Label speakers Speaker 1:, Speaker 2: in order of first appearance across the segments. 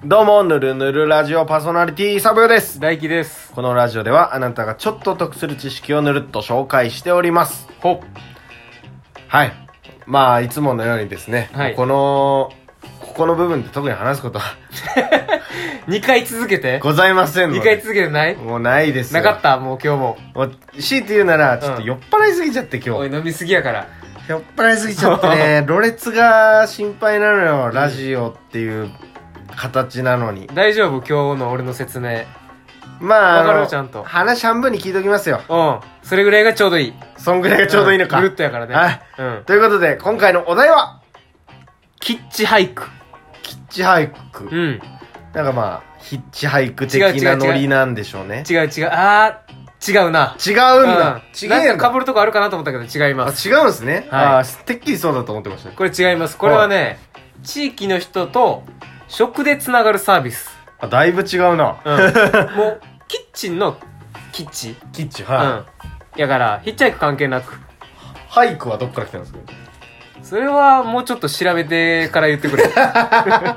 Speaker 1: どうも、ぬるぬるラジオパーソナリティサブヨです。
Speaker 2: 大輝です。
Speaker 1: このラジオではあなたがちょっと得する知識をぬるっと紹介しております。はい。まあ、いつものようにですね、
Speaker 2: はい、
Speaker 1: この部分で特に話すことは
Speaker 2: 2回続けて
Speaker 1: ございませんので。
Speaker 2: 2回続けてない？
Speaker 1: もうないですよ。
Speaker 2: なかった、もう今日も。
Speaker 1: 強いて言うなら、ちょっと酔っ払いすぎちゃって今日。
Speaker 2: おい、飲みすぎやから。
Speaker 1: 酔っ払いすぎちゃってね、ろれつが心配なのよ、ラジオっていう形なのに。
Speaker 2: 大丈夫？今日の俺の説明。
Speaker 1: まあ、
Speaker 2: わかる？ちゃんと。
Speaker 1: 話半分に聞いときますよ。
Speaker 2: うん。それぐらいがちょうどいい。
Speaker 1: そんぐらいがちょうどいいのか。
Speaker 2: ぐるっとやからね。
Speaker 1: はい。
Speaker 2: うん。
Speaker 1: ということで、今回のお題は、
Speaker 2: キッチハイク。
Speaker 1: キッチハイク。
Speaker 2: うん。
Speaker 1: なんかまあ、ヒッチハイク的なノリなんでしょうね。
Speaker 2: 違う。違うな。
Speaker 1: 違うんだ。違う。
Speaker 2: なんか被るとこあるかなと思ったけど違います。
Speaker 1: 違うんですね。
Speaker 2: はい。
Speaker 1: てっきりそうだと思ってました。
Speaker 2: これ違います。これはね、地域の人と食でつながるサービス。
Speaker 1: だいぶ違うな。
Speaker 2: うん。もう、キッチンのキッチ。
Speaker 1: キッチ、はい。
Speaker 2: うん。やから、ヒッチハイク関係なく。
Speaker 1: ハイクはどっから来たんですか？
Speaker 2: それはもうちょっと調べてから言ってくれ。はい。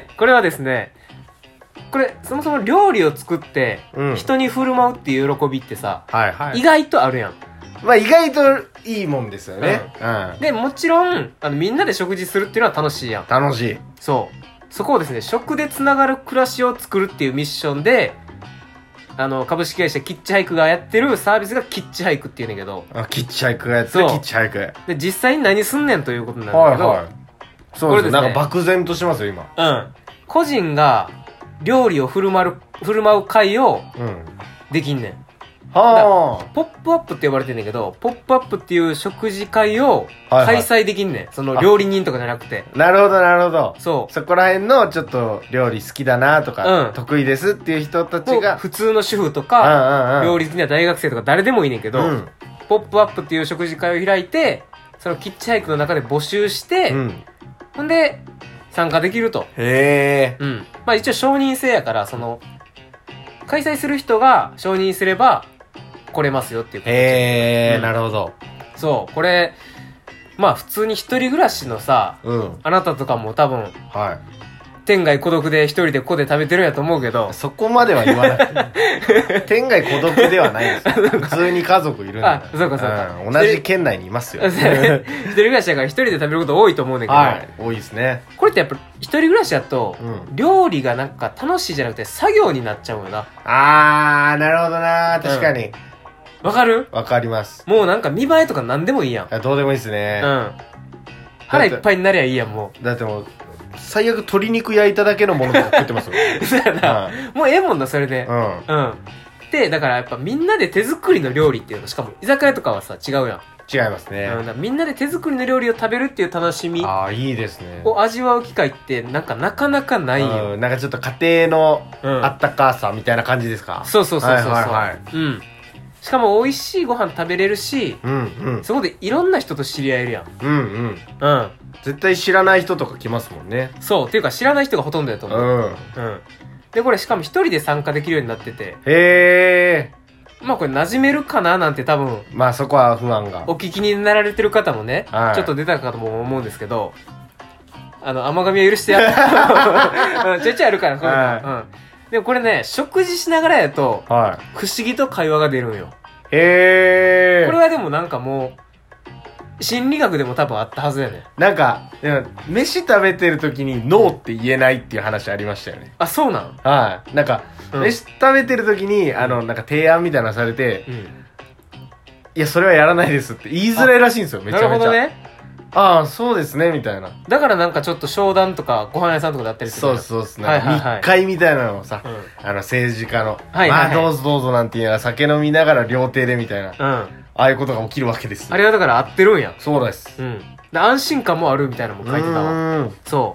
Speaker 2: これはですね、これ、そもそも料理を作って、人に振る舞うっていう喜びってさ、意外とあるやん。
Speaker 1: まあ意外といいもんですよね。
Speaker 2: で、もちろん、みんなで食事するっていうのは楽しいやん。
Speaker 1: 楽しい。
Speaker 2: そう。そこをですね、食でつながる暮らしを作るっていうミッションで、株式会社キッチハイクがやってるサービスがキッチハイクっていうんだけど。
Speaker 1: キッチハイクがやってるキッチハイク。
Speaker 2: で、実際に何すんねんということなんだけど。
Speaker 1: そうですね。なんか漠然としますよ、今。
Speaker 2: 個人が料理を振る舞う会を、できんねん。ポップアップって呼ばれてんだけど、ポップアップっていう食事会を開催できんねん。その料理人とかじゃなくて。
Speaker 1: なるほど、なるほど。
Speaker 2: そう。
Speaker 1: そこら辺のちょっと料理好きだなとか、得意ですっていう人たちが。
Speaker 2: 普通の主婦とか、料理好きな大学生とか誰でもいいねんけど、ポップアップっていう食事会を開いて、そのキッチハイクの中で募集して、ほんで、参加できると。
Speaker 1: へー。
Speaker 2: まあ一応承認制やから、開催する人が承認すれば、来れますよっていう形。
Speaker 1: へー、なるほど。
Speaker 2: そう、これ、まあ普通に一人暮らしのさ、あなたとかも多分、天涯孤独で一人でここで食べてるんやと思うけど。
Speaker 1: そこまでは言わない。天涯孤独ではないです。普通に家族いるんだ。
Speaker 2: そうかそうか。
Speaker 1: 同じ県内にいますよ。
Speaker 2: 一人暮らしだから一人で食べること多いと思うねんけど。
Speaker 1: 多いですね。
Speaker 2: これってやっぱ一人暮らしだと、料理がなんか楽しいじゃなくて作業になっちゃうよな。
Speaker 1: なるほどな。確かに。
Speaker 2: わかる？
Speaker 1: わかります。
Speaker 2: もうなんか見栄えとか何でもいいやん。
Speaker 1: どうでもいいですね。
Speaker 2: 腹いっぱいになりゃいいやん、も
Speaker 1: う。だってもう、最悪鶏肉焼いただけのものとか食ってますもん。
Speaker 2: そうやな。もうええもんな、それで。で、だからやっぱみんなで手作りの料理っていうの、しかも居酒屋とかはさ、違うやん。
Speaker 1: 違いますね。
Speaker 2: みんなで手作りの料理を食べるっていう楽しみ。
Speaker 1: いいですね。
Speaker 2: を味わう機会って、なかなかないよ。
Speaker 1: なんかちょっと家庭のあったかさみたいな感じですか？
Speaker 2: そう。しかも美味しいご飯食べれるし、そこでいろんな人と知り合えるやん。
Speaker 1: 絶対知らない人とか来ますもんね。
Speaker 2: そう。っていうか知らない人がほとんどやと思う。で、これしかも一人で参加できるようになってて。
Speaker 1: へー。
Speaker 2: まあこれ馴染めるかななんて多分。
Speaker 1: まあそこは不安が。
Speaker 2: お聞きになられてる方もね、ちょっと出たかとも思うんですけど、甘噛みは許してやちょいちょいあるから、こういうの。でもこれね、食事しながらやと、不思議と会話が出るんよ。
Speaker 1: へー。
Speaker 2: これはでもなんかもう、心理学でも多分あったはずやね。
Speaker 1: なんか、飯食べてる時にノーって言えないっていう話ありましたよね。
Speaker 2: そうなん？
Speaker 1: なんか、飯食べてる時に、なんか提案みたいなのされて、いや、それはやらないですって言いづらいらしいんですよ、めちゃめちゃ。
Speaker 2: なるほどね。
Speaker 1: そうですね、みたいな。
Speaker 2: だからなんかちょっと商談とかご飯屋さんとかだったりする。
Speaker 1: そうですね。密会みたいなのをさ、政治家の、どうぞどうぞなんて言いながら酒飲みながら料亭でみたいな、ああいうことが起きるわけですよ。
Speaker 2: あれはだから合ってるんや。
Speaker 1: そうです。
Speaker 2: 安心感もあるみたいなのも書いてたわ。そう。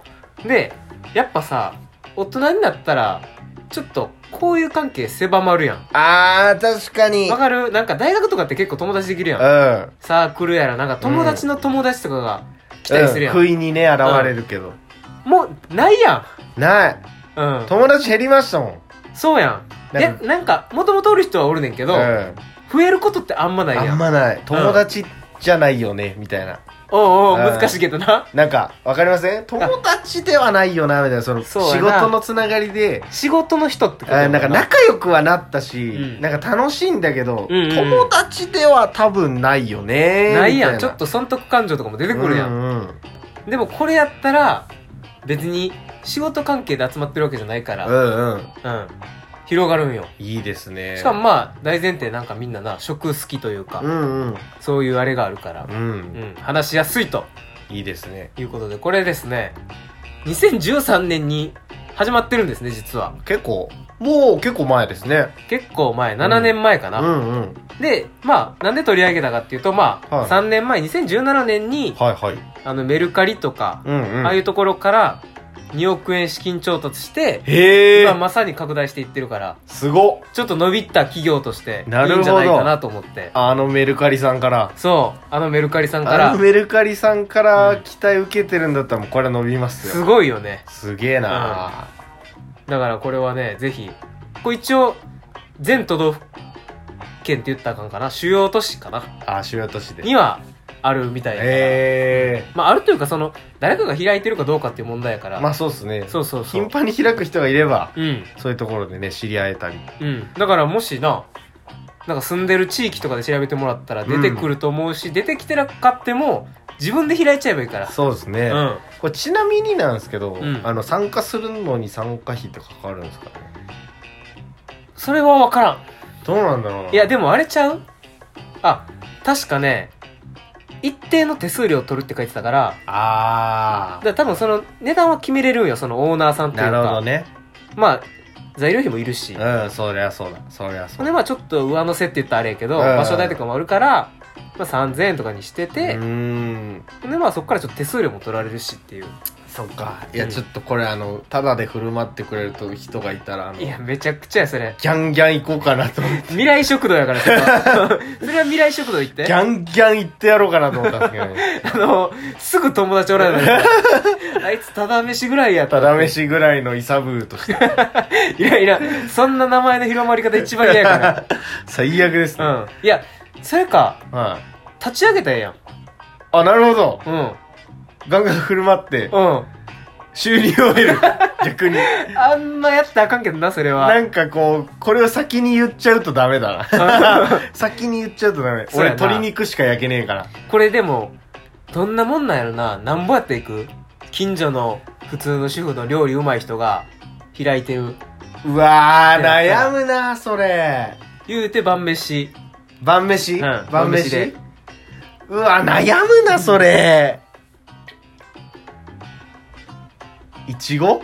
Speaker 2: で、やっぱさ、大人になったら、ちょっと、こういう関係狭まるやん。
Speaker 1: 確かに。
Speaker 2: わかる？なんか大学とかって結構友達できるやん。サークルやら、なんか友達の友達とかが来たりするやん。
Speaker 1: 不意にね、現れるけど。
Speaker 2: もう、ないや
Speaker 1: ん。ない。友達減りましたもん。
Speaker 2: そうやん。なんか、もともとおる人はおるねんけど、増えることってあんまないやん。
Speaker 1: あんまない。友達じゃないよね、みたいな。
Speaker 2: おうおう、難しいけどな。
Speaker 1: なんか、わかりません？友達ではないよな、みたいな、その、仕事のつながりで。
Speaker 2: 仕事の人ってこと
Speaker 1: なんか仲良くはなったし、なんか楽しいんだけど、友達では多分ないよね。
Speaker 2: ないやん。ちょっと損得感情とかも出てくるやん。でもこれやったら、別に仕事関係で集まってるわけじゃないから、広がるんよ。
Speaker 1: いいですね。
Speaker 2: しかもまあ、大前提なんかみんなな、食好きというか、そういうあれがあるから、話しやすいと。
Speaker 1: いいですね。
Speaker 2: いうことで、これですね、2013年に始まってるんですね、実は。
Speaker 1: もう結構前ですね。
Speaker 2: 結構前、7年前かな。で、まあ、なんで取り上げたかっていうと、まあ、3年前、2017年に、メルカリとか、ああいうところから、2億円資金調達して、今まさに拡大していってるから、
Speaker 1: すごっ。
Speaker 2: ちょっと伸びった企業として、いいんじゃないかなと思って。
Speaker 1: メルカリさんから。
Speaker 2: そう、メルカリさんから。
Speaker 1: メルカリさんから期待受けてるんだったらもうこれは伸びますよ。
Speaker 2: すごいよね。
Speaker 1: すげえな、
Speaker 2: だからこれはね、ぜひ、これ一応、全都道府県って言ったらあかんかな。主要都市かな。
Speaker 1: 主要都市で。
Speaker 2: には、あるみたいだから。まあ、あるというか、誰かが開いてるかどうかっていう問題やから。
Speaker 1: まあ、そうですね。
Speaker 2: そう。
Speaker 1: 頻繁に開く人がいれば、そういうところでね、知り合えたり。
Speaker 2: だからもしなんか住んでる地域とかで調べてもらったら出てくると思うし、出てきてなかっても、自分で開いちゃえばいいから。
Speaker 1: そうですね。これちなみになんですけど、参加するのに参加費ってかかるんですかね？
Speaker 2: それは分からん。
Speaker 1: どうなんだろうな。
Speaker 2: いや、でもあれちゃう？確かね、一定の手数料を取るって書いてたから、だから多分その値段は決めれるんよ、そのオーナーさんっていうか。
Speaker 1: なるほどね。
Speaker 2: まあ、材料費もいるし。
Speaker 1: そりゃそうだ。
Speaker 2: で、まあちょっと上乗せって言ったらあれやけど、場所代とかもあるから、まあ3000円とかにしてて、で、まあそっからちょっと手数料も取られるしっていう。
Speaker 1: そっか。いや、ちょっとこれタダで振る舞ってくれると人がいたら、
Speaker 2: いや、めちゃくちゃや、それ。
Speaker 1: ギャンギャン行こうかなと思って。
Speaker 2: 未来食堂やから、ちょっと。それは未来食堂行って。
Speaker 1: ギャンギャン行ってやろうかなと思ったんですけどね。
Speaker 2: すぐ友達おらないあいつ、ただ飯ぐらいやった。
Speaker 1: ただ飯ぐらいのイサブーとして。
Speaker 2: いや、そんな名前の広まり方一番嫌やから。
Speaker 1: 最悪ですね。
Speaker 2: いや、それか、立ち上げたらええやん。
Speaker 1: なるほど。ガンガン振る舞って、収入を得る。逆に。
Speaker 2: あんまやったらあかんけどな、それは。
Speaker 1: なんかこれを先に言っちゃうとダメだな。先に言っちゃうとダメ。俺、鶏肉しか焼けねえから。
Speaker 2: これでも、どんなもんなんやろな。なんぼやっていく？近所の普通の主婦の料理うまい人が開いてる。
Speaker 1: うわー、悩むな、それ。
Speaker 2: 言うて晩飯。
Speaker 1: 晩飯で。うわ、悩むな、それ。いちご？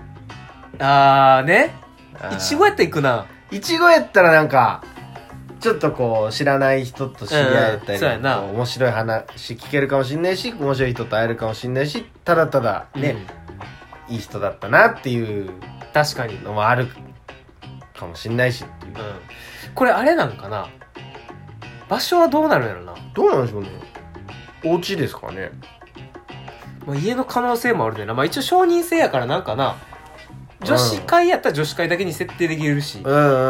Speaker 2: ね。いちごやったら行くな。
Speaker 1: いちごやったらなんか、ちょっと知らない人と知り合えたり、面白い話聞けるかもしんないし、面白い人と会えるかもしんないし、ただただね、いい人だったなっていう
Speaker 2: 確かに
Speaker 1: のもあるかもしんないしっていう。
Speaker 2: これあれなんかな？場所はどうなるんやろな。
Speaker 1: どうなんでしょうね。お家ですかね。
Speaker 2: 家の可能性もあるでな。一応承認制やからなんかな、女子会やったら女子会だけに設定できるし。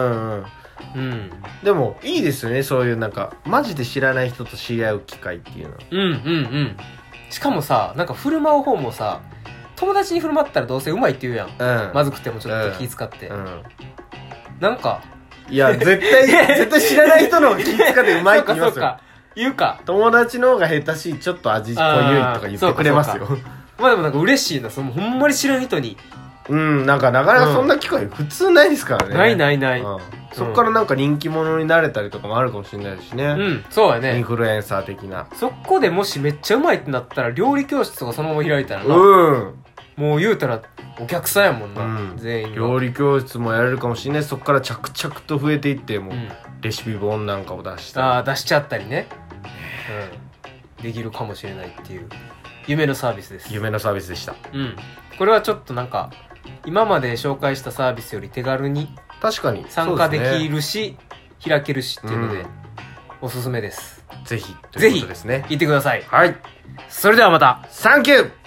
Speaker 1: でもいいですよね、そういうなんかマジで知らない人と知り合う機会っていうの。
Speaker 2: しかもさ、なんか振る舞う方もさ、友達に振る舞ったらどうせうまいって言うやん。まずくてもちょっと気使って。なんか
Speaker 1: いや絶対知らない人の方が気使ってうまいって言いますよ。
Speaker 2: 言うか。
Speaker 1: 友達の方が下手しい、ちょっと味濃ゆいとか言ってくれますよ。
Speaker 2: まあでもなんか嬉しいな、ほんまに知らん人に。
Speaker 1: なんかなかなかそんな機会普通ないですからね。
Speaker 2: ない。
Speaker 1: そっからなんか人気者になれたりとかもあるかもしれないしね。
Speaker 2: そうやね。
Speaker 1: インフルエンサー的な。
Speaker 2: そこでもしめっちゃうまいってなったら、料理教室とかそのまま開いたらな。もう言うたらお客さんやもんな、全員
Speaker 1: 料理教室もやれるかもしれない。そっから着々と増えていって、もうレシピ本なんかを出した
Speaker 2: り出しちゃったりね、できるかもしれないっていう夢のサービスです。
Speaker 1: 夢のサービスでした。
Speaker 2: これはちょっとなんか今まで紹介したサービスより手軽に
Speaker 1: 確かに
Speaker 2: 参加できるし、開けるしっていうので、おすすめです。
Speaker 1: ぜひということですね。
Speaker 2: 行ってください。
Speaker 1: はい。
Speaker 2: それではまた。
Speaker 1: サンキュー。